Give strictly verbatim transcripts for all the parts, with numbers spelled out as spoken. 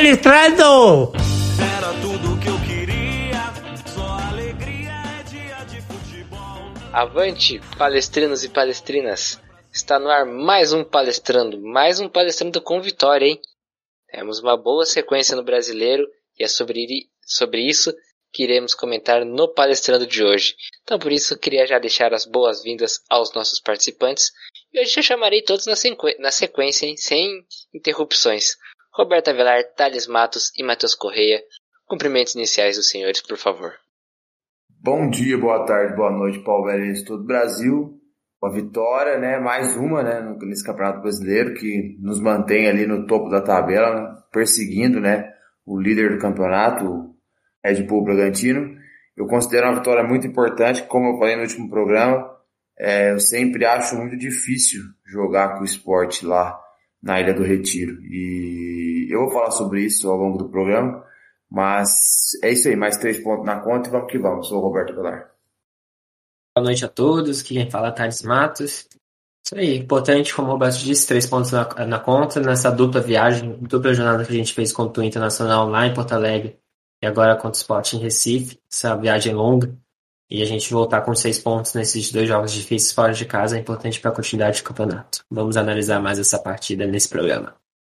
Palestrando! Era tudo que eu queria, só alegria é dia de futebol. Avante, palestrinos e palestrinas! Está no ar mais um Palestrando, mais um Palestrando com vitória, hein? Temos uma boa sequência no Brasileiro e é sobre, sobre isso que iremos comentar no Palestrando de hoje. Então por isso queria já deixar as boas-vindas aos nossos participantes e hoje já chamarei todos na, sequ- na sequência, hein? Sem interrupções. Roberto Avelar, Thales Matos e Matheus Correia. Cumprimentos iniciais dos senhores, por favor. Bom dia, boa tarde, boa noite, palmeirense de todo o Brasil. Uma vitória, né? Mais uma, né? Nesse Campeonato Brasileiro que nos mantém ali no topo da tabela, né? Perseguindo, né? O líder do campeonato, o Red Bull Bragantino. Eu considero uma vitória muito importante, como eu falei no último programa. É, eu sempre acho muito difícil jogar com o Sport lá na Ilha do Retiro. E eu vou falar sobre isso ao longo do programa. Mas é isso aí, mais três pontos na conta e vamos que vamos. Sou o Roberto Avelar. Boa noite a todos, aqui quem fala é Thales Matos. Isso aí, importante, como o Roberto disse, três pontos na, na conta, nessa dupla viagem, dupla jornada que a gente fez contra o Internacional lá em Porto Alegre e agora contra o Sport em Recife, essa viagem longa, e a gente voltar com seis pontos nesses dois jogos difíceis fora de casa é importante para a continuidade do campeonato. Vamos analisar mais essa partida nesse programa.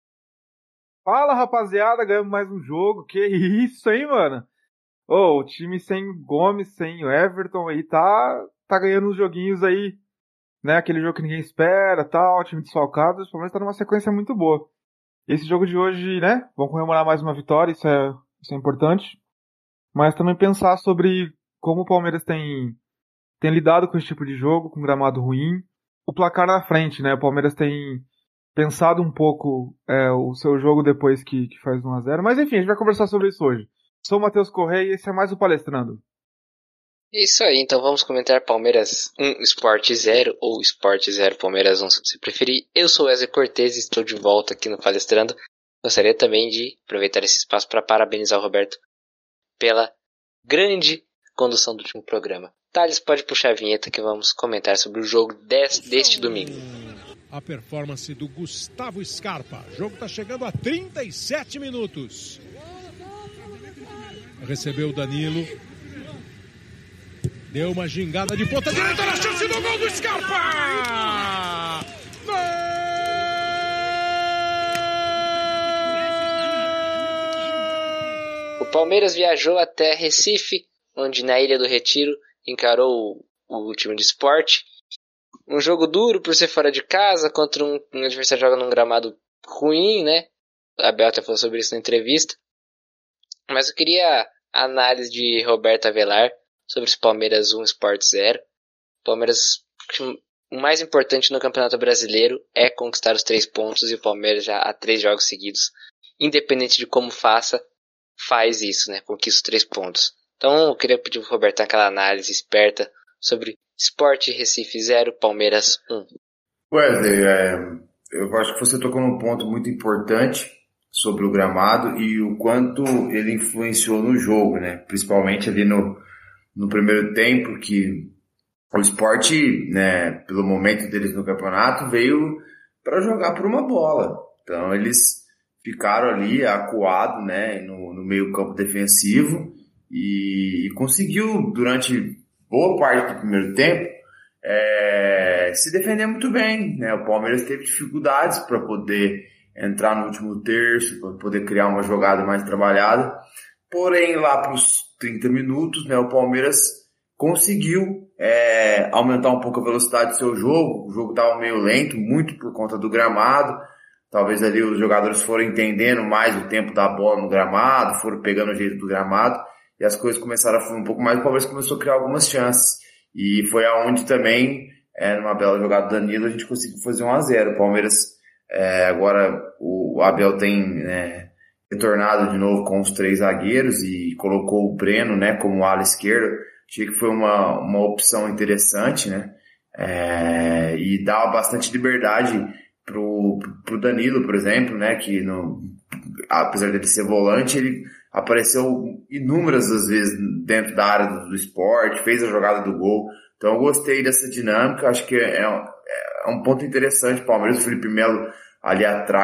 Fala, rapaziada, ganhamos mais um jogo, que isso, hein, mano? Oh, o time sem Gomes, sem o Everton aí tá, tá ganhando uns joguinhos aí, né? Aquele jogo que ninguém espera, tal, time desfalcado, o Palmeiras tá numa sequência muito boa. Esse jogo de hoje, né? Vamos comemorar mais uma vitória, isso é, isso é importante. Mas também pensar sobre como o Palmeiras tem, tem lidado com esse tipo de jogo, com gramado ruim. O placar na frente, né? O Palmeiras tem pensado um pouco é, o seu jogo depois que, que faz um a zero. Mas enfim, a gente vai conversar sobre isso hoje. Sou o Matheus Correia e esse é mais o Palestrando. Isso aí, então vamos comentar Palmeiras um, Sport zero ou Sport zero, Palmeiras um, se você preferir. Eu sou Wesley Cortez e estou de volta aqui no Palestrando. Gostaria também de aproveitar esse espaço para parabenizar o Roberto pela grande condução do último programa. Thales, pode puxar a vinheta que vamos comentar sobre o jogo deste, deste domingo. A performance do Gustavo Scarpa. O jogo está chegando a trinta e sete minutos. Recebeu o Danilo. Deu uma gingada de ponta direita na chance do gol do Scarpa! Gol! O Palmeiras viajou até Recife, onde na Ilha do Retiro encarou o, o time de Sport. Um jogo duro por ser fora de casa, contra um, um adversário que joga num gramado ruim, né? A Abel até falou sobre isso na entrevista. Mas eu queria a análise de Roberto Avelar sobre os Palmeiras um, Sport zero. Palmeiras, o mais importante no Campeonato Brasileiro é conquistar os três pontos e o Palmeiras já há três jogos seguidos, independente de como faça, faz isso, né? Conquista os três pontos. Então eu queria pedir pro Roberto aquela análise esperta sobre Sport Recife zero, Palmeiras um. Wesley, é, eu acho que você tocou num ponto muito importante sobre o gramado e o quanto ele influenciou no jogo, né? Principalmente ali no, no primeiro tempo, que o Sport, né, pelo momento deles no campeonato, veio para jogar por uma bola. Então eles ficaram ali acuados, né, no, no meio campo defensivo e, e conseguiu, durante boa parte do primeiro tempo, é, se defender muito bem, né? O Palmeiras teve dificuldades para poder entrar no último terço, para poder criar uma jogada mais trabalhada. Porém, lá para os trinta minutos, né, o Palmeiras conseguiu é, aumentar um pouco a velocidade do seu jogo. O jogo estava meio lento, muito por conta do gramado. Talvez ali os jogadores foram entendendo mais o tempo da bola no gramado, foram pegando o jeito do gramado, e as coisas começaram a fluir um pouco mais. O Palmeiras começou a criar algumas chances. E foi aonde também, é, numa bela jogada do Danilo, a gente conseguiu fazer um a zero. O Palmeiras, é, agora o Abel tem, né, retornado de novo com os três zagueiros e colocou o Breno, né, como ala esquerda. Achei que foi uma, uma opção interessante, né, é, e dá bastante liberdade pro, pro Danilo, por exemplo, né, que no, apesar dele ser volante, ele apareceu inúmeras das vezes dentro da área do, do Sport, fez a jogada do gol. Então eu gostei dessa dinâmica, acho que é, é um ponto interessante. O Palmeiras, o Felipe Melo ali atrás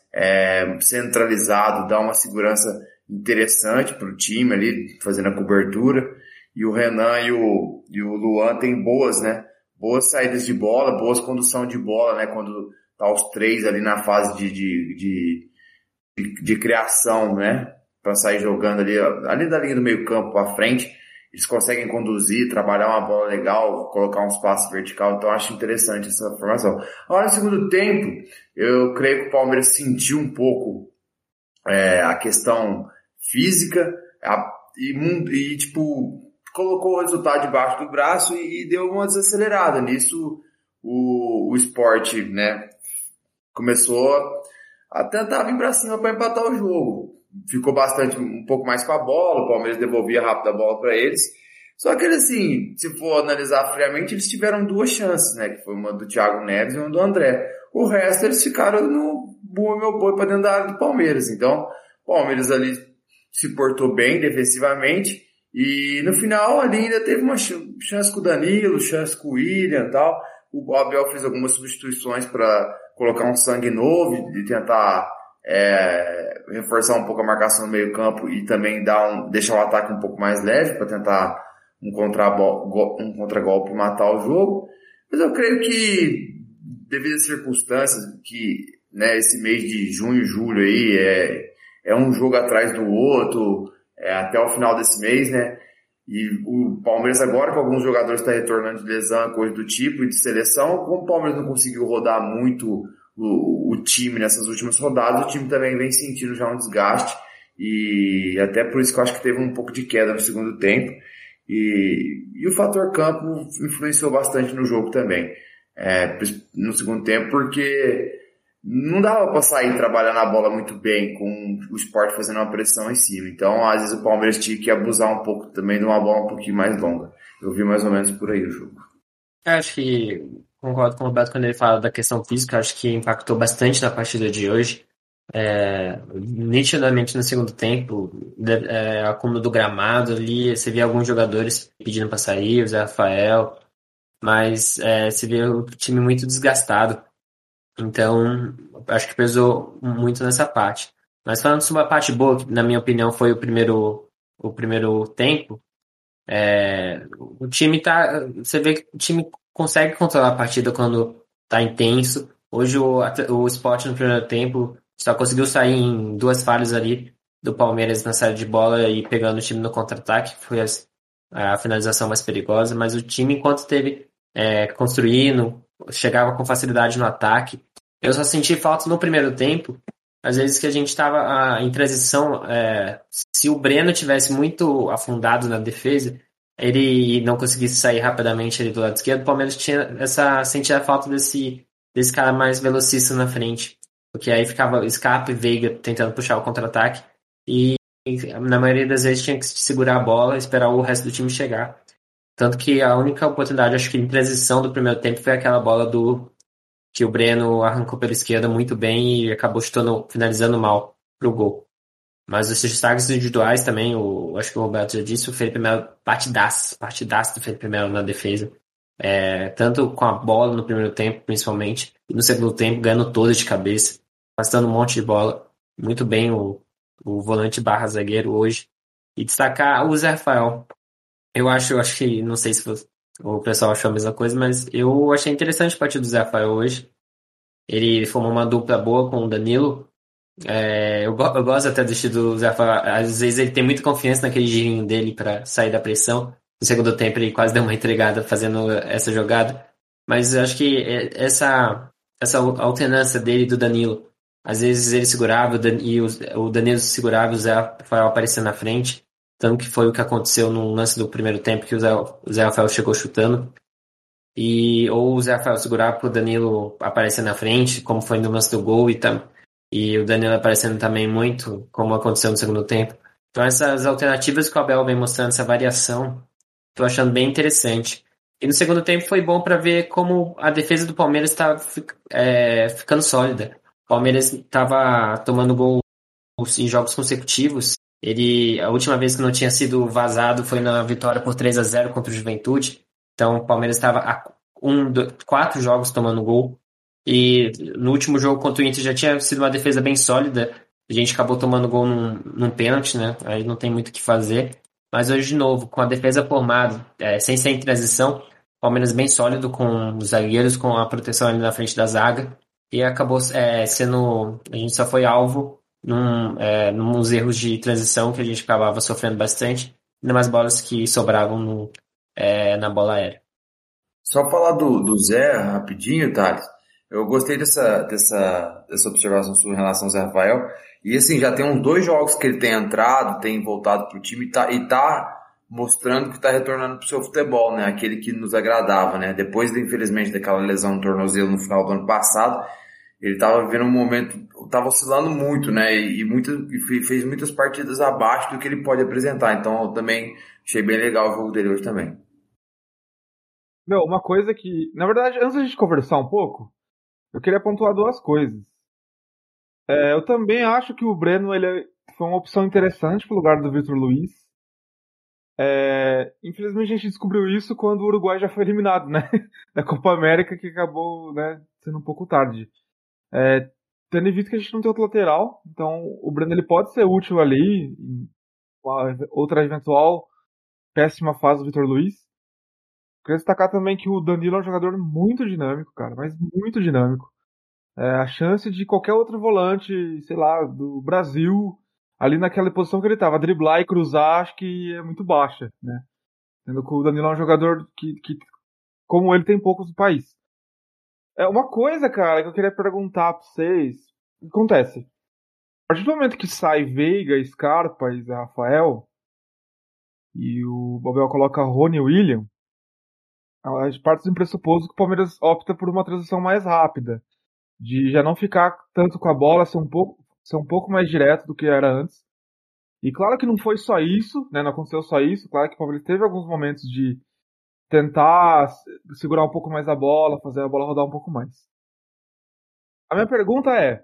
é, centralizado, dá uma segurança interessante para o time ali, fazendo a cobertura. E o Renan e o, e o Luan têm boas, né? Boas saídas de bola, boas condução de bola, né? Quando tá os três ali na fase de, de, de, de, de criação, né? Para sair jogando ali, ali da linha do meio campo para frente, eles conseguem conduzir, trabalhar uma bola legal, colocar uns passos vertical, então eu acho interessante essa formação. Agora, no segundo tempo, eu creio que o Palmeiras sentiu um pouco é, a questão física a, e, e, tipo, colocou o resultado debaixo do braço e, e deu uma desacelerada. Nisso, o, o Sport, né, começou a tentar vir pra cima para empatar o jogo. Ficou bastante, um pouco mais com a bola, o Palmeiras devolvia rápido a bola para eles. Só que, assim, se for analisar friamente, eles tiveram duas chances, né? Que foi uma do Thiago Neves e uma do André. O resto, eles ficaram no boa meu boi para dentro da área do Palmeiras. Então, o Palmeiras ali se portou bem defensivamente. E no final, ali ainda teve uma chance com o Danilo, chance com o William e tal. O Abel fez algumas substituições para colocar um sangue novo e tentar... É, reforçar um pouco a marcação no meio campo e também dar um, deixar o ataque um pouco mais leve para tentar um contra-golpe um contra e matar o jogo. Mas eu creio que, devido às circunstâncias, que né, esse mês de junho e julho aí é, é um jogo atrás do outro, é, até o final desse mês, né? E o Palmeiras agora, com alguns jogadores estão retornando de lesão, coisa do tipo, e de seleção, como o Palmeiras não conseguiu rodar muito O, o time nessas últimas rodadas, o time também vem sentindo já um desgaste e até por isso que eu acho que teve um pouco de queda no segundo tempo e, e o fator campo influenciou bastante no jogo também é, no segundo tempo, porque não dava para sair trabalhando a bola muito bem com o Sport fazendo uma pressão em cima, então às vezes o Palmeiras tinha que abusar um pouco também de uma bola um pouquinho mais longa. Eu vi mais ou menos por aí o jogo. Eu acho que concordo com o Roberto quando ele fala da questão física, acho que impactou bastante na partida de hoje. É, nitidamente no segundo tempo, é, acúmulo do gramado ali, você vê alguns jogadores pedindo para sair, o Zé Rafael, mas é, você vê o time muito desgastado. Então, acho que pesou muito nessa parte. Mas falando sobre a parte boa, que na minha opinião foi o primeiro, o primeiro tempo, é, o time tá. Você vê que o time consegue controlar a partida quando tá intenso. Hoje o, o Sport no primeiro tempo só conseguiu sair em duas falhas ali do Palmeiras na saída de bola e pegando o time no contra-ataque, que foi a, a finalização mais perigosa, mas o time, enquanto esteve é, construindo, chegava com facilidade no ataque. Eu só senti falta no primeiro tempo, às vezes que a gente estava em transição, é, se o Breno tivesse muito afundado na defesa, ele não conseguisse sair rapidamente ali do lado esquerdo, o Palmeiras tinha essa, sentia a falta desse, desse cara mais velocista na frente, porque aí ficava Scarpa e Veiga tentando puxar o contra-ataque e na maioria das vezes tinha que segurar a bola e esperar o resto do time chegar. Tanto que a única oportunidade, acho que em transição do primeiro tempo, foi aquela bola do que o Breno arrancou pela esquerda muito bem e acabou chutando, finalizando mal pro gol. Mas os destaques individuais também, o, acho que o Roberto já disse, o Felipe Melo, partidaço, partidaço do Felipe Melo na defesa. É, tanto com a bola no primeiro tempo, principalmente, e no segundo tempo, ganhando todas de cabeça, passando um monte de bola. Muito bem o, o volante barra zagueiro hoje. E destacar o Zé Rafael. Eu acho, eu acho que, não sei se você, o pessoal achou a mesma coisa, mas eu achei interessante a partida do Zé Rafael hoje. Ele formou uma dupla boa com o Danilo. É, eu, eu gosto até do estilo do Zé Rafael. Às vezes ele tem muita confiança naquele girinho dele para sair da pressão. No segundo tempo ele quase deu uma entregada fazendo essa jogada. Mas eu acho que essa, essa alternância dele e do Danilo, às vezes ele segurava e o Danilo segurava e o Zé Rafael aparecia na frente. Tanto que foi o que aconteceu no lance do primeiro tempo, que o Zé, o Zé Rafael chegou chutando. E, ou o Zé Rafael segurar para o Danilo aparecer na frente, como foi no lance do gol, e, tam, e o Danilo aparecendo também muito, como aconteceu no segundo tempo. Então essas alternativas que o Abel vem mostrando, essa variação, estou achando bem interessante. E no segundo tempo foi bom para ver como a defesa do Palmeiras está é, ficando sólida. O Palmeiras estava tomando gol em jogos consecutivos. Ele, a última vez que não tinha sido vazado foi na vitória por três a zero contra o Juventude. Então o Palmeiras estava a um, dois, quatro jogos tomando gol. E no último jogo contra o Inter já tinha sido uma defesa bem sólida. A gente acabou tomando gol num, num pênalti, né? Aí não tem muito o que fazer. Mas hoje, de novo, com a defesa formada, é, sem ser em transição, Palmeiras bem sólido com os zagueiros, com a proteção ali na frente da zaga. E acabou é, sendo... A gente só foi alvo num, é, nos erros de transição que a gente acabava sofrendo bastante. Ainda mais bolas que sobravam no, é, na bola aérea. Só falar do, do Zé rapidinho, Thales. Eu gostei dessa, dessa, dessa observação sua em relação ao Zé Rafael. E assim, já tem uns dois jogos que ele tem entrado, tem voltado pro time e tá, e tá mostrando que tá retornando pro seu futebol, né? Aquele que nos agradava, né? Depois, infelizmente, daquela lesão no tornozelo no final do ano passado, ele tava vivendo um momento, tava oscilando muito, né? E, e, muito, e fez muitas partidas abaixo do que ele pode apresentar. Então, eu também achei bem legal o jogo dele hoje também. Meu, uma coisa que... Na verdade, antes da gente conversar um pouco, eu queria pontuar duas coisas. É, eu também acho que o Breno ele foi uma opção interessante pro lugar do Vitor Luiz. É, infelizmente a gente descobriu isso quando o Uruguai já foi eliminado, né? Da Copa América, que acabou, né, sendo um pouco tarde. É, tendo em vista que a gente não tem outro lateral, então o Breno ele pode ser útil ali em uma outra eventual péssima fase do Vitor Luiz. Queria destacar também que o Danilo é um jogador muito dinâmico, cara, mas muito dinâmico. É, a chance de qualquer outro volante, sei lá, do Brasil, ali naquela posição que ele tava, driblar e cruzar, acho que é muito baixa, né? Sendo que o Danilo é um jogador que, que como ele, tem poucos no país. É uma coisa, cara, que eu queria perguntar pra vocês. O que acontece? A partir do momento que sai Veiga, Scarpa e Zé Rafael, e o Babel coloca Rony e William, a gente parte do pressuposto que o Palmeiras opta por uma transição mais rápida, de já não ficar tanto com a bola, ser um pouco, ser um pouco mais direto do que era antes. E claro que não foi só isso, né? Não aconteceu só isso. Claro que o Palmeiras teve alguns momentos de tentar segurar um pouco mais a bola, fazer a bola rodar um pouco mais. A minha pergunta é,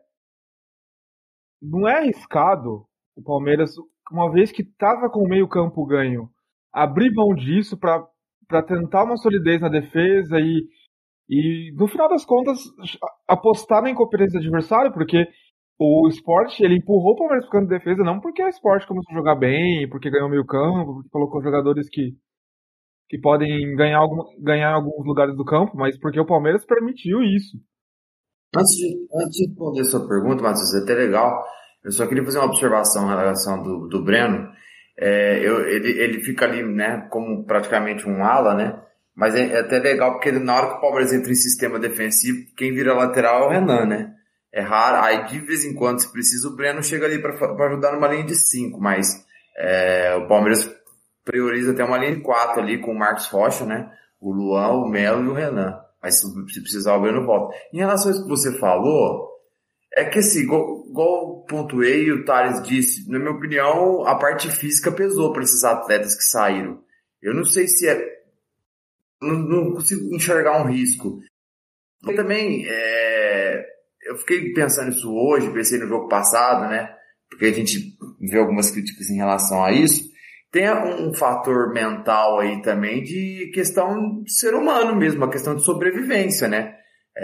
não é arriscado o Palmeiras, uma vez que estava com o meio campo ganho, abrir mão disso para para tentar uma solidez na defesa e E, no final das contas, apostar na incompetência do adversário, porque o Sport, ele empurrou o Palmeiras ficando em defesa, não porque o Sport começou a jogar bem, porque ganhou meio campo, porque colocou jogadores que, que podem ganhar, algum, ganhar em alguns lugares do campo, mas porque o Palmeiras permitiu isso. Antes de, antes de responder a sua pergunta, Matheus, é até legal, eu só queria fazer uma observação em relação do, do Breno. É, eu, ele, ele fica ali, né, como praticamente um ala, né? Mas é até legal porque na hora que o Palmeiras entra em sistema defensivo, quem vira lateral é o Renan, né? É raro, aí de vez em quando, se precisa, o Breno chega ali para ajudar numa linha de cinco, mas é, o Palmeiras prioriza até uma linha de quatro ali com o Marcos Rocha, né? O Luan, o Melo e o Renan. Mas se precisar, o Breno volta. Em relação a isso que você falou, é que assim, igual, igual pontuei e o Thales disse, na minha opinião, a parte física pesou para esses atletas que saíram. Eu não sei se é Não, não consigo enxergar um risco. E também, é, eu fiquei pensando isso hoje, pensei no jogo passado, né? Porque a gente vê algumas críticas em relação a isso. Tem um, um fator mental aí também de questão de ser humano mesmo, a questão de sobrevivência, né?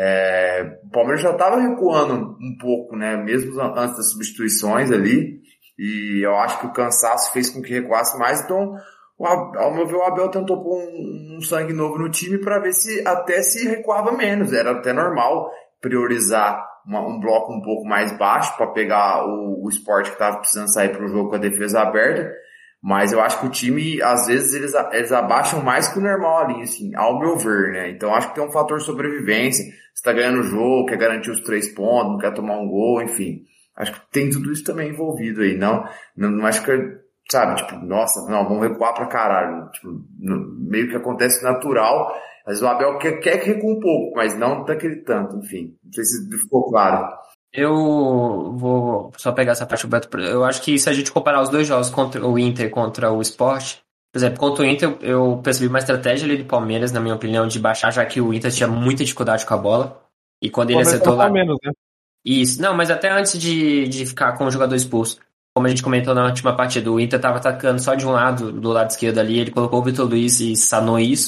É, o Palmeiras já estava recuando um pouco, né? Mesmo antes das substituições ali. E eu acho que o cansaço fez com que recuasse mais, então... Ao meu ver, o Abel tentou pôr um, um sangue novo no time para ver se até se recuava menos. Era até normal priorizar uma, um bloco um pouco mais baixo para pegar o, o Sport que estava precisando sair para o jogo com a defesa aberta. Mas eu acho que o time, às vezes, eles, eles abaixam mais que o normal ali, assim, ao meu ver, né? Então acho que tem um fator sobrevivência. Você tá ganhando o jogo, quer garantir os três pontos, não quer tomar um gol, enfim. Acho que tem tudo isso também envolvido aí. Não, não, não acho que... Sabe, tipo, nossa, não, vamos recuar pra caralho. Tipo, no, meio que acontece natural. Às vezes o Abel quer, quer que recua um pouco, mas não daquele tanto, enfim. Não sei se ficou claro. Eu vou só pegar essa parte do Beto. Eu acho que se a gente comparar os dois jogos contra o Inter contra o Sport, por exemplo, contra o Inter eu percebi uma estratégia ali do Palmeiras, na minha opinião, de baixar, já que o Inter tinha muita dificuldade com a bola. E quando ele acertou lá... menos, né? Isso, não, mas até antes de, de ficar com o jogador expulso. Como a gente comentou na última partida, o Inter estava atacando só de um lado, do lado esquerdo ali, ele colocou o Vitor Luiz e sanou isso.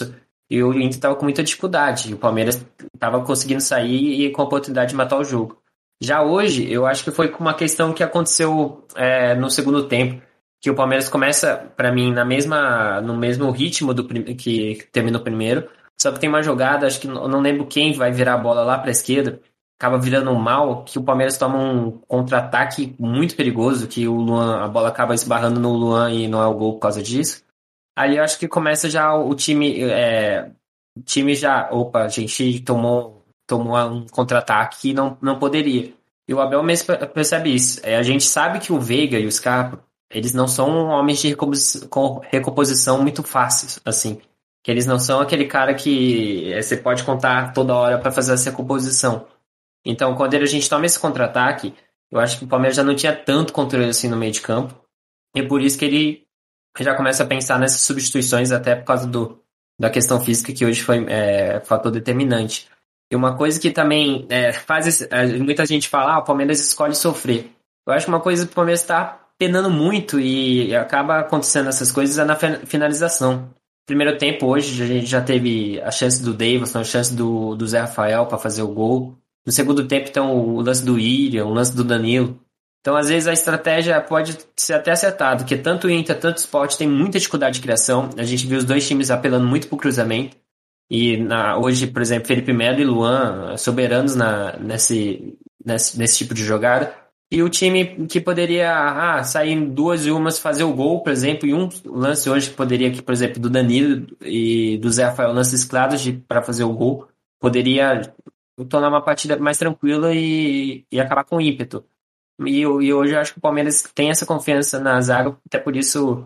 e o Inter estava com muita dificuldade. E o Palmeiras estava conseguindo sair e com a oportunidade de matar o jogo. Já hoje, eu acho que foi com uma questão que aconteceu é, no segundo tempo, que o Palmeiras começa, para mim, na mesma, no mesmo ritmo do prim- que termina o primeiro, só que tem uma jogada, acho que eu não lembro quem vai virar a bola lá para a esquerda, acaba virando um mal, que o Palmeiras toma um contra-ataque muito perigoso, que o Luan, a bola acaba esbarrando no Luan e não é o gol por causa disso. Ali eu acho que começa já o time, é, o time já, opa, a gente tomou, tomou um contra-ataque que não, não poderia. E o Abel mesmo pe- percebe isso. É, a gente sabe que o Veiga e o Scarpa, eles não são homens de recompos- com recomposição muito fáceis, assim. Que eles não são aquele cara que é, você pode contar toda hora para fazer essa recomposição. Então, quando a gente toma esse contra-ataque, eu acho que o Palmeiras já não tinha tanto controle assim no meio de campo. E por isso que ele já começa a pensar nessas substituições, até por causa do, da questão física, que hoje foi é, fator determinante. E uma coisa que também é, faz esse, é, muita gente fala, ah, o Palmeiras escolhe sofrer. Eu acho que uma coisa que o Palmeiras está penando muito e acaba acontecendo essas coisas é na fi- finalização. Primeiro tempo, hoje, a gente já teve a chance do Davidson, a chance do, do Zé Rafael para fazer o gol. No segundo tempo, então, o lance do William, o lance do Danilo. Então, às vezes, a estratégia pode ser até acertada, porque tanto o Inter, tanto o Sport tem muita dificuldade de criação. A gente viu os dois times apelando muito pro cruzamento. E na, hoje, por exemplo, Felipe Melo e Luan soberanos na, nesse, nesse, nesse tipo de jogada. E o time que poderia ah, sair em duas e umas, fazer o gol, por exemplo, e um lance hoje que poderia, que, por exemplo, do Danilo e do Zé Rafael, lances claros para fazer o gol, poderia tornar uma partida mais tranquila e, e acabar com ímpeto. E, e hoje eu acho que o Palmeiras tem essa confiança na zaga, até por isso,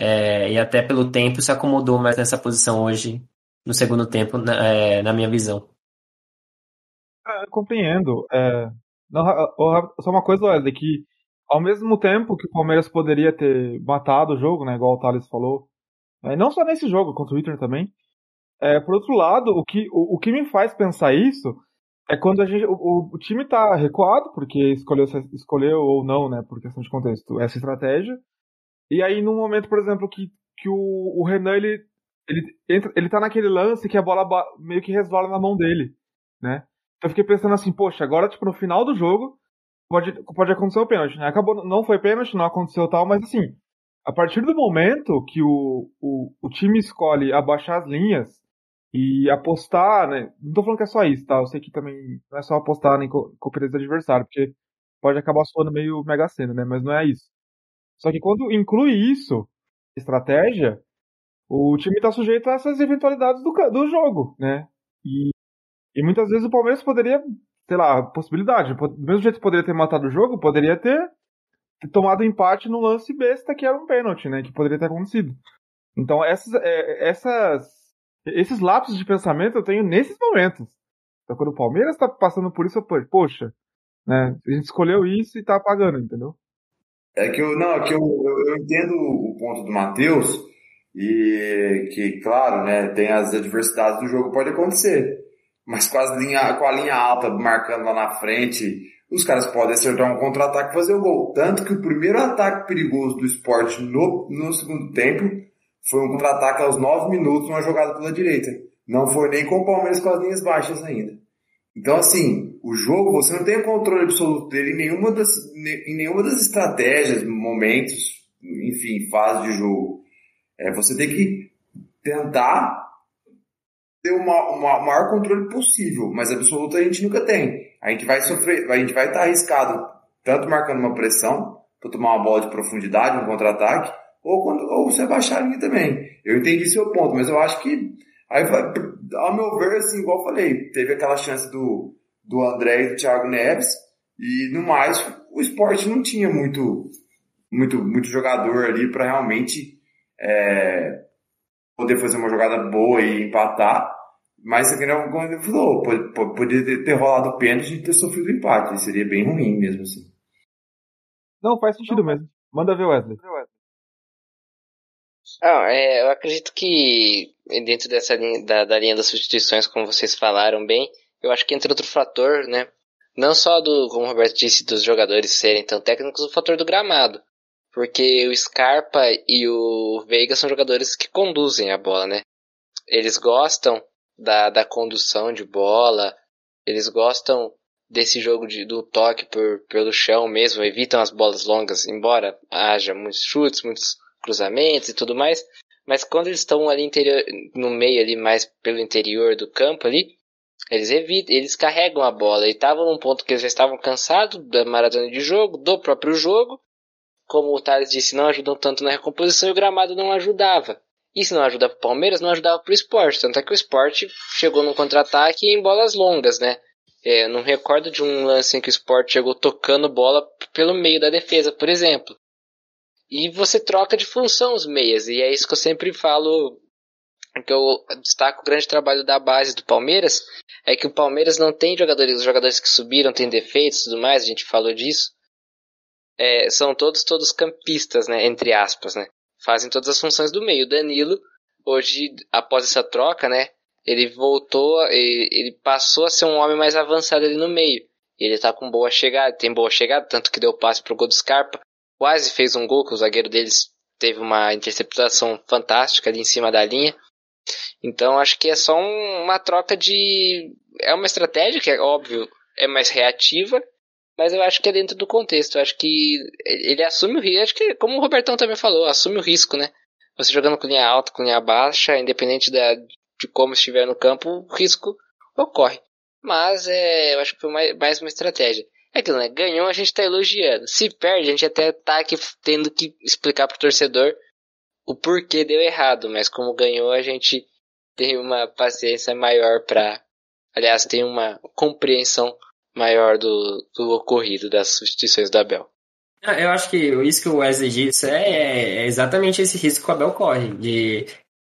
é, e até pelo tempo, se acomodou mais nessa posição hoje, no segundo tempo, na, é, na minha visão. Ah, eu compreendo. É, não, Ra- ô, Ra- só uma coisa, Wesley, que ao mesmo tempo que o Palmeiras poderia ter matado o jogo, né, igual o Thales falou, é, não só nesse jogo, contra o Inter também, é, por outro lado, o que, o, o que me faz pensar isso é quando a gente, o, o- o time tá recuado, porque escolheu, se- escolheu ou não, né, por questão de contexto, essa estratégia, e aí num momento, por exemplo, que, que o, o Renan, ele, ele, entra, ele tá naquele lance que a bola ba- meio que resvala na mão dele, né? Então eu fiquei pensando assim, poxa, agora, tipo, no final do jogo, pode, pode acontecer o pênalti, né? Acabou, não foi pênalti, não aconteceu tal, mas assim, a partir do momento que o, o, o time escolhe abaixar as linhas e apostar, né? Não tô falando que é só isso, tá? Eu sei que também não é só apostar em co- cooperativo do adversário, porque pode acabar soando meio mega sena, né? Mas não é isso. Só que quando inclui isso, estratégia, o time tá sujeito a essas eventualidades do, ca- do jogo, né? E, e muitas vezes o Palmeiras poderia, sei lá, possibilidade, po- do mesmo jeito que poderia ter matado o jogo, poderia ter, ter tomado empate no lance besta que era um pênalti, né? Que poderia ter acontecido. Então essas, é, essas, esses lapsos de pensamento eu tenho nesses momentos. Então quando o Palmeiras tá passando por isso, eu, pô, poxa, né? A gente escolheu isso e tá pagando, entendeu? É que eu, não, é que eu, eu, eu entendo o ponto do Matheus e que, claro, né, tem as adversidades do jogo, pode acontecer. Mas com, as linha, com a linha alta marcando lá na frente, os caras podem acertar um contra-ataque e fazer o gol. Tanto que o primeiro ataque perigoso do Sport no, no segundo tempo foi um contra-ataque aos nove minutos, uma jogada pela direita. Não foi nem com o Palmeiras com as linhas baixas ainda. Então, assim, o jogo, você não tem o controle absoluto dele em nenhuma das, em nenhuma das estratégias, momentos, enfim, fases de jogo. É, você tem que tentar ter uma, uma- o maior controle possível, mas absoluto a gente nunca tem. A gente vai sofrer, a gente vai estar arriscado, tanto marcando uma pressão, para tomar uma bola de profundidade, um contra-ataque, ou, quando, ou se abaixar a linha também. Eu entendi seu ponto, mas eu acho que, aí vai, ao meu ver, assim, igual eu falei, teve aquela chance do, do André e do Thiago Neves, e no mais, o Sport não tinha muito, muito, muito jogador ali para realmente é, poder fazer uma jogada boa e empatar. Mas, como ele falou, pode- pode- poderia ter, ter rolado o pênalti e ter sofrido o empate. Seria bem ruim mesmo assim. Não, faz sentido mesmo. Manda ver, Wesley. Ah, é, eu acredito que dentro dessa linha, da, da linha das substituições, como vocês falaram bem, eu acho que entra outro fator, né? Não só do, como o Roberto disse, dos jogadores serem tão técnicos, o fator do gramado. Porque o Scarpa e o Veiga são jogadores que conduzem a bola, né? eles gostam da, da condução de bola, eles gostam desse jogo de, do toque por, pelo chão mesmo, evitam as bolas longas, embora haja muitos chutes, muitos cruzamentos e tudo mais, mas quando eles estão ali interior, no meio ali, mais pelo interior do campo ali, eles evitam, eles carregam a bola, e estavam num ponto que eles já estavam cansados da maratona de jogo, do próprio jogo, como o Thales disse, não ajudam tanto na recomposição e o gramado não ajudava. E se não ajuda pro Palmeiras, não ajudava pro Sport, tanto é que o Sport chegou num contra-ataque em bolas longas, né? É, eu não recordo de um lance em que o Sport chegou tocando bola pelo meio da defesa, por exemplo. E você troca de função os meias, e é isso que eu sempre falo, que eu destaco o grande trabalho da base do Palmeiras, é que o Palmeiras não tem jogadores, os jogadores que subiram têm defeitos e tudo mais, a gente falou disso, é, são todos, todos campistas, né, entre aspas, né, fazem todas as funções do meio. O Danilo, hoje, após essa troca, né, ele voltou, ele, ele passou a ser um homem mais avançado ali no meio, ele tá com boa chegada, tem boa chegada, tanto que deu passe pro gol do Scarpa, quase fez um gol, que o zagueiro deles teve uma interceptação fantástica ali em cima da linha. Então acho que é só um, uma troca de... É uma estratégia que, é óbvio, é mais reativa, mas eu acho que é dentro do contexto. Eu acho que ele assume o risco, acho que, como o Robertão também falou, assume o risco, né? Você jogando com linha alta, com linha baixa, independente da, de como estiver no campo, o risco ocorre. Mas é, eu acho que foi mais, mais uma estratégia. É aquilo, né? Ganhou, a gente tá elogiando. Se perde, a gente até tá aqui tendo que explicar pro torcedor o porquê deu errado. Mas como ganhou, a gente tem uma paciência maior pra... Aliás, tem uma compreensão maior do, do ocorrido, das substituições do Abel. Eu acho que isso que o Wesley disse é, é exatamente esse risco que o Abel corre. De,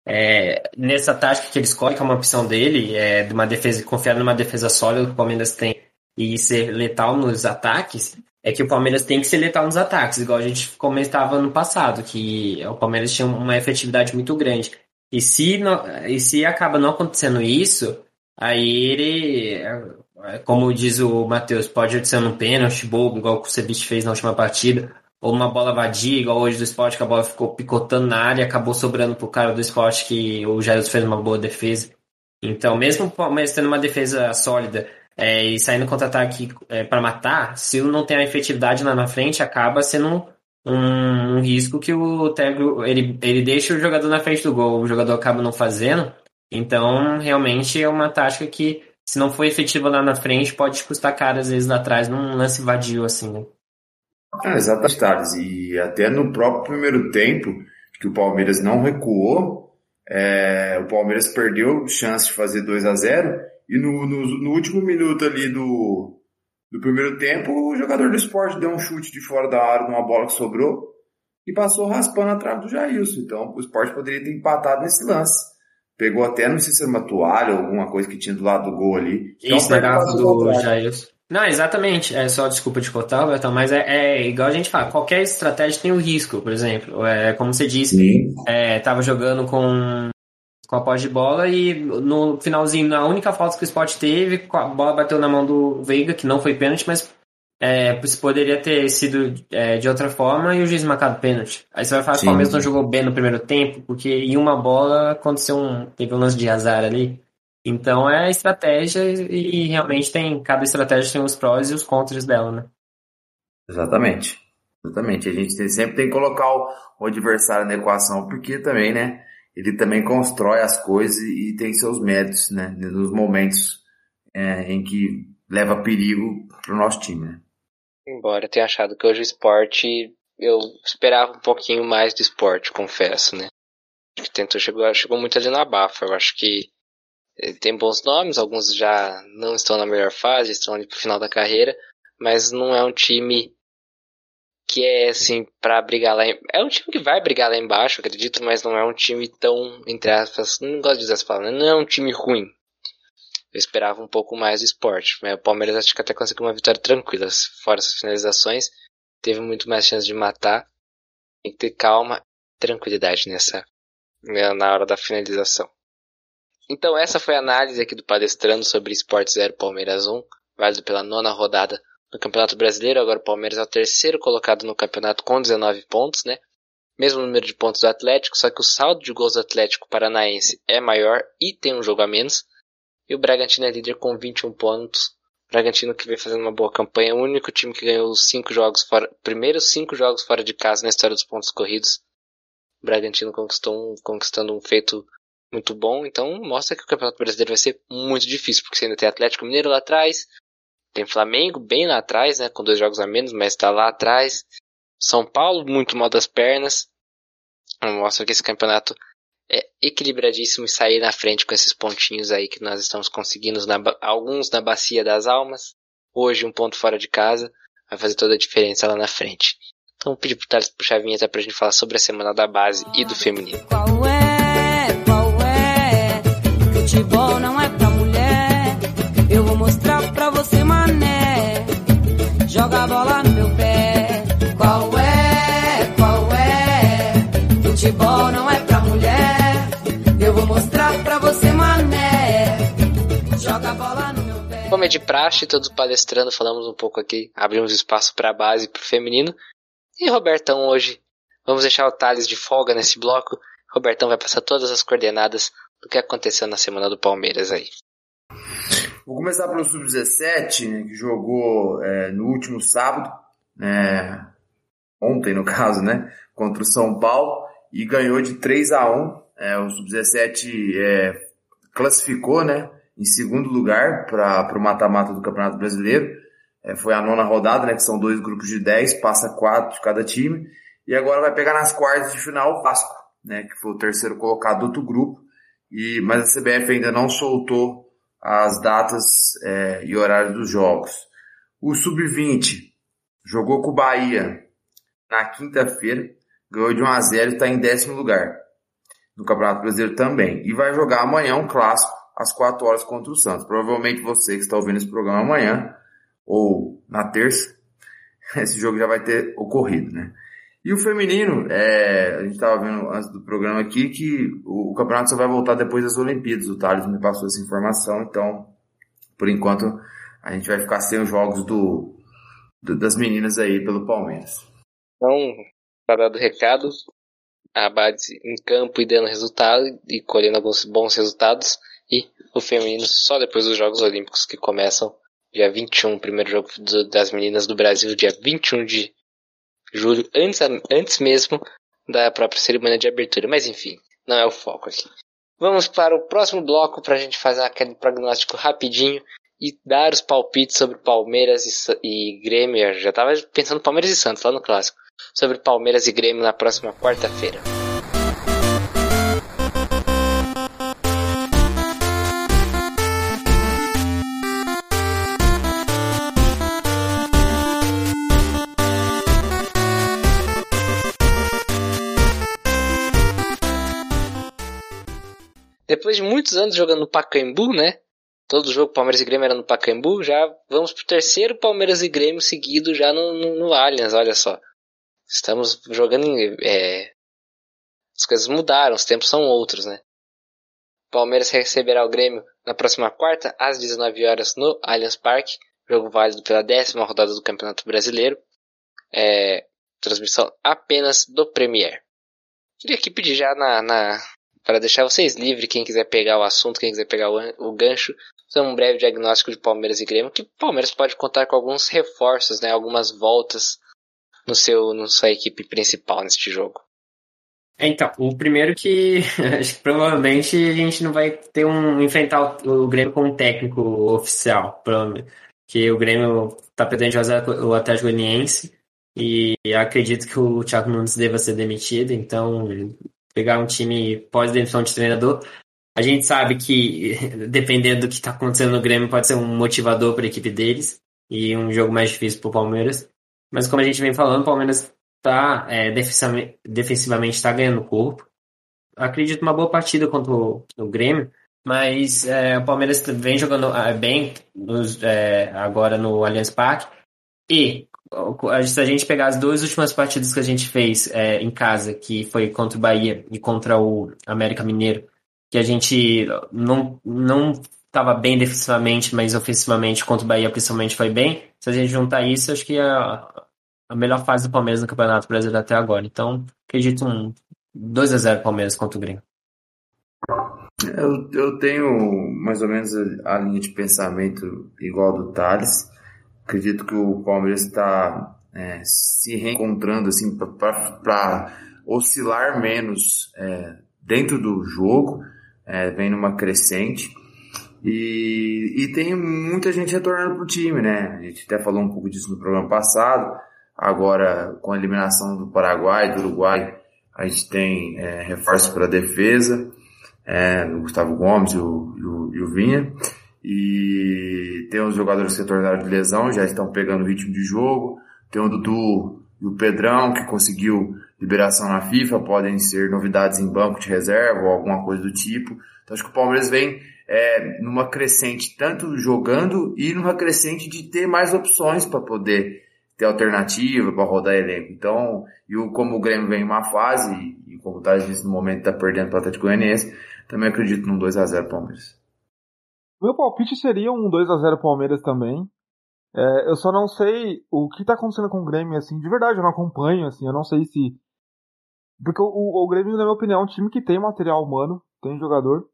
é, nessa tática que ele escolhe, que é uma opção dele, é, de uma defesa, confiar numa defesa sólida que o Palmeiras tem, e ser letal nos ataques, é que o Palmeiras tem que ser letal nos ataques, igual a gente comentava no passado, que o Palmeiras tinha uma efetividade muito grande. E se, não, e se acaba não acontecendo isso, aí ele, como diz o Matheus, pode ser um pênalti bobo, igual o Ceviche fez na última partida, ou uma bola vadia, igual hoje do Sport, que a bola ficou picotando na área e acabou sobrando pro cara do Sport, que o Jair fez uma boa defesa. Então, mesmo o Palmeiras tendo uma defesa sólida, É, e saindo contra-ataque é, para matar, se não tem a efetividade lá na frente, acaba sendo um, um, um risco que o técnico ele, ele deixa o jogador na frente do gol, o jogador acaba não fazendo. Então, realmente é uma tática que, se não for efetiva lá na frente, pode custar caro às vezes lá atrás, num lance vadio assim, né? Ah, exatamente, Thales. E até no próprio primeiro tempo, que o Palmeiras não recuou, é, o Palmeiras perdeu chance de fazer dois a zero. E no, no, no último minuto ali do, do primeiro tempo, o jogador do Sport deu um chute de fora da área, numa bola que sobrou, e passou raspando a trave do Jailson. Então o Sport poderia ter empatado nesse lance. Pegou até, não sei se era uma toalha ou alguma coisa que tinha do lado do gol ali. Então, isso, na garrafa do Jailson. Não, exatamente. É só desculpa de cortar, Robertão, mas é, é igual a gente fala, qualquer estratégia tem o risco, por exemplo. É, como você disse, é, tava jogando com... com a posse de bola e no finalzinho, na única falta que o Sport teve, a bola bateu na mão do Veiga, que não foi pênalti, mas é, poderia ter sido é, de outra forma e o juiz marcado pênalti. Aí você vai falar que o Palmeiras não jogou bem no primeiro tempo, porque em uma bola aconteceu um, teve um lance de azar ali. Então é estratégia e, e realmente tem, cada estratégia tem os prós e os contras dela, né? Exatamente. Exatamente. A gente tem, sempre tem que colocar o, o adversário na equação, porque também, né, ele também constrói as coisas e tem seus méritos, né, nos momentos é, em que leva perigo pro nosso time, né. Embora eu tenha achado que hoje o Sport, eu esperava um pouquinho mais do Sport, confesso, né. Acho que tentou, chegou, chegou muito ali na bafa. Eu acho que ele tem bons nomes, alguns já não estão na melhor fase, estão ali pro final da carreira, mas não é um time que é, assim, pra brigar lá em... É um time que vai brigar lá embaixo, acredito, mas não é um time tão, entre aspas, não gosto de dizer essa palavra, não é um time ruim. Eu esperava um pouco mais do Sport. O Palmeiras acho que até conseguiu uma vitória tranquila, fora essas finalizações, teve muito mais chance de matar. Tem que ter calma e tranquilidade nessa, na hora da finalização. Então essa foi a análise aqui do Palestrando sobre Sport zero, Palmeiras um, válido pela nona rodada no Campeonato Brasileiro. Agora o Palmeiras é o terceiro colocado no campeonato com dezenove pontos, né? mesmo número de pontos do Atlético, só que o saldo de gols do Atlético Paranaense é maior e tem um jogo a menos. E o Bragantino é líder com vinte e um pontos. O Bragantino que vem fazendo uma boa campanha, o único time que ganhou os cinco jogos fora, primeiros cinco jogos fora de casa na história dos pontos corridos. O Bragantino conquistou um, conquistando um feito muito bom, então mostra que o Campeonato Brasileiro vai ser muito difícil, porque você ainda tem Atlético Mineiro lá atrás, tem Flamengo bem lá atrás, né, com dois jogos a menos, mas está lá atrás. São Paulo muito mal das pernas. Mostra que esse campeonato é equilibradíssimo e sair na frente com esses pontinhos aí que nós estamos conseguindo, na, alguns na bacia das almas, hoje um ponto fora de casa, vai fazer toda a diferença lá na frente. Então vou pedir pro Thales puxar a vinheta pra gente falar sobre a semana da base e do feminino. Qual é, qual é, futebol não é pra mulher, eu vou mostrar pra você, mané, joga a bola no meu pé. Qual é, qual é, futebol não é pra mulher, eu vou mostrar pra você, mané, joga a bola no meu pé. Como é de praxe, todos palestrando, falamos um pouco aqui, abrimos espaço pra base e pro feminino. E Robertão hoje, vamos deixar o Thales de folga nesse bloco. Robertão vai passar todas as coordenadas do que aconteceu na semana do Palmeiras aí. Vou começar pelo sub dezessete, né, que jogou é, no último sábado, é, ontem no caso, né, contra o São Paulo, e ganhou de três a um. É, o sub dezessete é, classificou, né, em segundo lugar para o mata-mata do Campeonato Brasileiro. É, foi a nona rodada, né, que são dois grupos de dez, passa quatro de cada time, e agora vai pegar nas quartas de final o Vasco, né, que foi o terceiro colocado do outro grupo, e, mas a C B F ainda não soltou as datas é, e horários dos jogos. O sub vinte jogou com o Bahia na quinta-feira, ganhou de um a zero e está em décimo lugar no Campeonato Brasileiro também, e vai jogar amanhã um clássico às quatro horas contra o Santos. Provavelmente você que está ouvindo esse programa amanhã, ou na terça, esse jogo já vai ter ocorrido, né? E o feminino, é, a gente estava vendo antes do programa aqui que o, o campeonato só vai voltar depois das Olimpíadas. O Thales me passou essa informação, então, por enquanto, a gente vai ficar sem os jogos do, do, das meninas aí pelo Palmeiras. Então, para dar do recado, a base em campo e dando resultado e colhendo alguns bons resultados, e o feminino só depois dos Jogos Olímpicos que começam dia vinte e um, primeiro jogo do, das meninas do Brasil, dia vinte e um de julho, antes, antes mesmo da própria cerimônia de abertura. Mas enfim, não é o foco aqui. Vamos para o próximo bloco para a gente fazer aquele prognóstico rapidinho e dar os palpites sobre Palmeiras e, e Grêmio. Eu já estava pensando Palmeiras e Santos lá no clássico. Sobre Palmeiras e Grêmio na próxima quarta-feira. Depois de muitos anos jogando no Pacaembu, né? Todo jogo Palmeiras e Grêmio era no Pacaembu. Já vamos pro terceiro Palmeiras e Grêmio seguido já no, no, no Allianz, olha só. Estamos jogando em... É... As coisas mudaram, os tempos são outros, né? Palmeiras receberá o Grêmio na próxima quarta, às dezenove horas, no Allianz Parque. Jogo válido pela décima rodada do Campeonato Brasileiro. É... Transmissão apenas do Premier. Queria aqui pedir já na... na... para deixar vocês livres, quem quiser pegar o assunto, quem quiser pegar o, o gancho, fazer um breve diagnóstico de Palmeiras e Grêmio, que o Palmeiras pode contar com alguns reforços, né, algumas voltas no seu, no sua equipe principal neste jogo. Então, o primeiro que acho que provavelmente a gente não vai ter um enfrentar o, o Grêmio com um técnico oficial, provavelmente, que o Grêmio está pretendendo fazer o Atlético Goianiense e acredito que o Thiago Nunes deva ser demitido, então pegar um time pós-demissão de treinador. A gente sabe que, dependendo do que está acontecendo no Grêmio, pode ser um motivador para a equipe deles e um jogo mais difícil para o Palmeiras. Mas como a gente vem falando, o Palmeiras tá, é, defensivamente está ganhando corpo. Acredito uma boa partida contra o, o Grêmio, mas é, o Palmeiras vem jogando bem nos, é, agora no Allianz Parque. E se a gente pegar as duas últimas partidas que a gente fez é, em casa, que foi contra o Bahia e contra o América Mineiro, que a gente não não estava bem defensivamente, mas ofensivamente contra o Bahia principalmente foi bem. Se a gente juntar isso, acho que a, a melhor fase do Palmeiras no Campeonato Brasileiro até agora. Então, acredito um dois a zero Palmeiras contra o Grêmio. Eu, eu tenho mais ou menos a, a linha de pensamento igual do Thales. Acredito que o Palmeiras está é, se reencontrando assim, para oscilar menos é, dentro do jogo, é, vem numa crescente. E, e tem muita gente retornando pro time, né? A gente até falou um pouco disso no programa passado. Agora, com a eliminação do Paraguai, do Uruguai, a gente tem é, reforço para a defesa, é, o Gustavo Gomes e o, e, o, e o Vinha. E tem os jogadores que retornaram de lesão, já estão pegando o ritmo de jogo. Tem o Dudu e o Pedrão, que conseguiu liberação na FIFA, podem ser novidades em banco de reserva ou alguma coisa do tipo. Então acho que o Palmeiras vem é, numa crescente, tanto jogando e numa crescente de ter mais opções para poder ter alternativa, para rodar elenco. Então, e o, como o Grêmio vem em uma fase, e como o Thales disse, no momento está perdendo para o Atlético Goianiense, também acredito num dois a zero Palmeiras. Meu palpite seria um dois a zero Palmeiras também. É, eu só não sei o que tá acontecendo com o Grêmio, assim, de verdade, eu não acompanho, assim, eu não sei se... Porque o, o, o Grêmio, na minha opinião, é um time que tem material humano, tem jogador.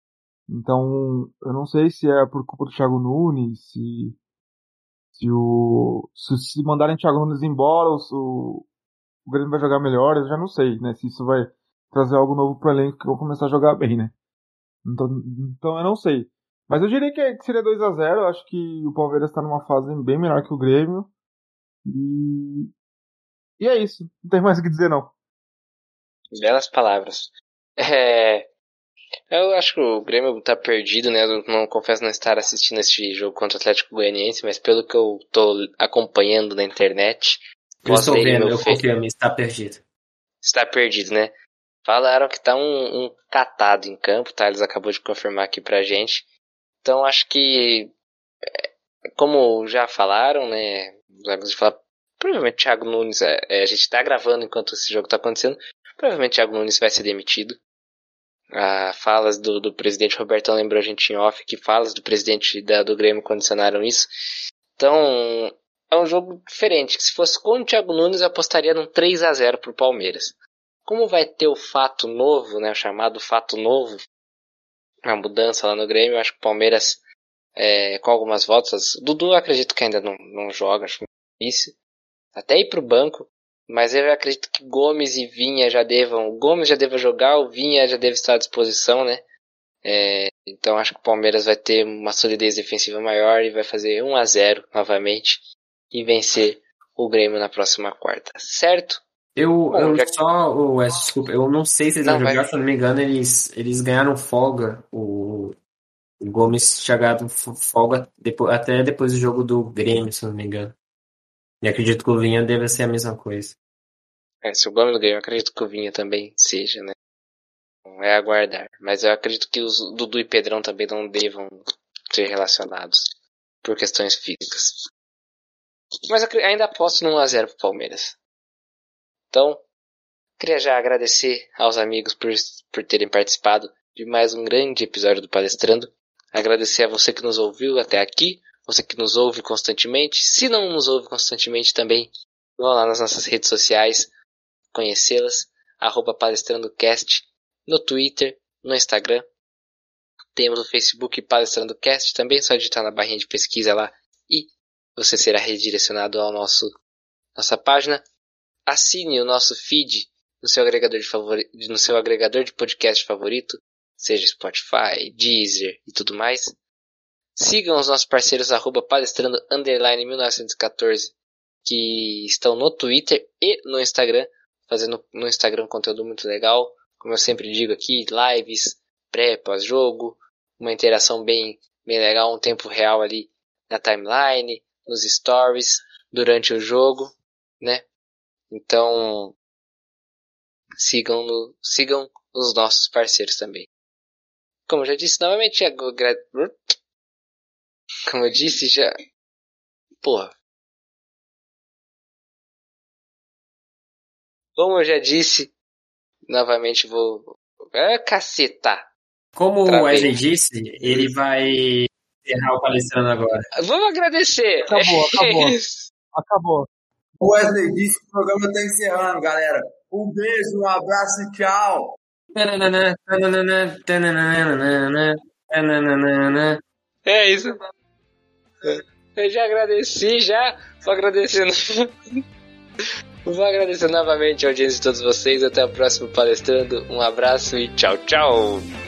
Então, eu não sei se é por culpa do Thiago Nunes, se... Se o... Se, se mandarem o Thiago Nunes embora, o, o Grêmio vai jogar melhor, eu já não sei, né, se isso vai trazer algo novo pro elenco que vão começar a jogar bem, né. Então, então eu não sei. Mas eu diria que seria dois a zero. Eu acho que o Palmeiras está numa fase bem melhor que o Grêmio. E... e é isso. Não tem mais o que dizer, não. Belas palavras. É... Eu acho que o Grêmio tá perdido, né? Eu não confesso não estar assistindo esse jogo contra o Atlético Goianiense, mas pelo que eu tô acompanhando na internet... Eu estou vendo, eu confirmo, está perdido. Está perdido, né? Falaram que tá um, um catado em campo, tá? Eles acabou de confirmar aqui pra gente. Então acho que, como já falaram, né, de falar, provavelmente Thiago Nunes, é, é, a gente tá gravando enquanto esse jogo tá acontecendo, provavelmente Thiago Nunes vai ser demitido. Ah, falas do, do presidente Robertão lembrou a gente em off que falas do presidente da, do Grêmio condicionaram isso. Então é um jogo diferente, que se fosse com o Thiago Nunes eu apostaria num três a zero pro Palmeiras. Como vai ter o fato novo, né, o chamado fato novo, a mudança lá no Grêmio, eu acho que o Palmeiras, é, com algumas voltas, o Dudu eu acredito que ainda não, não joga, acho difícil, até ir pro banco, mas eu acredito que Gomes e Vinha já devam, o Gomes já deva jogar, o Vinha já deve estar à disposição, né, é, então acho que o Palmeiras vai ter uma solidez defensiva maior e vai fazer um a zero novamente e vencer o Grêmio na próxima quarta, certo? Eu, Bom, eu já... só, oh, Wes, desculpa, eu não sei se eles não, vão jogar, vai... se eu não me engano, eles, eles ganharam folga, o, o Gomes tinha ganhado folga depois, até depois do jogo do Grêmio, se eu não me engano. E acredito que o Vinha deve ser a mesma coisa. É, se o Gomes não ganhou, eu acredito que o Vinha também seja, né? Não é aguardar. Mas eu acredito que os Dudu e Pedrão também não devam ser relacionados por questões físicas. Mas eu ainda aposto no um a zero pro Palmeiras. Então, queria já agradecer aos amigos por, por terem participado de mais um grande episódio do Palestrando. Agradecer a você que nos ouviu até aqui, você que nos ouve constantemente. Se não nos ouve constantemente também, vão lá nas nossas redes sociais, conhecê-las, arroba PalestrandoCast, no Twitter, no Instagram. Temos o Facebook PalestrandoCast também, só digitar na barrinha de pesquisa lá e você será redirecionado ao nosso nossa página. Assine o nosso feed no seu agregador de, favori... no seu agregador de podcast favorito, seja Spotify, Deezer e tudo mais. Sigam os nossos parceiros arroba palestrando underline mil novecentos e catorze que estão no Twitter e no Instagram, fazendo no Instagram um conteúdo muito legal. Como eu sempre digo aqui, lives, pré, pós-jogo, uma interação bem, bem legal, um tempo real ali na timeline, nos stories, durante o jogo, né? Então, sigam, no, sigam os nossos parceiros também. Como eu já disse, novamente, como eu disse já... Porra. Como eu já disse, novamente vou... É, caceta! Como Travei. o Wesley disse, ele vai encerrar o Palestrando agora. Vamos agradecer! Acabou, acabou. Acabou. O Wesley disse que o programa tá encerrando, galera. Um beijo, um abraço e tchau. É isso. Eu já agradeci, já. Vou agradecendo. Vou agradecer novamente a audiência de todos vocês. Até a próxima palestrando. Um abraço e tchau, tchau.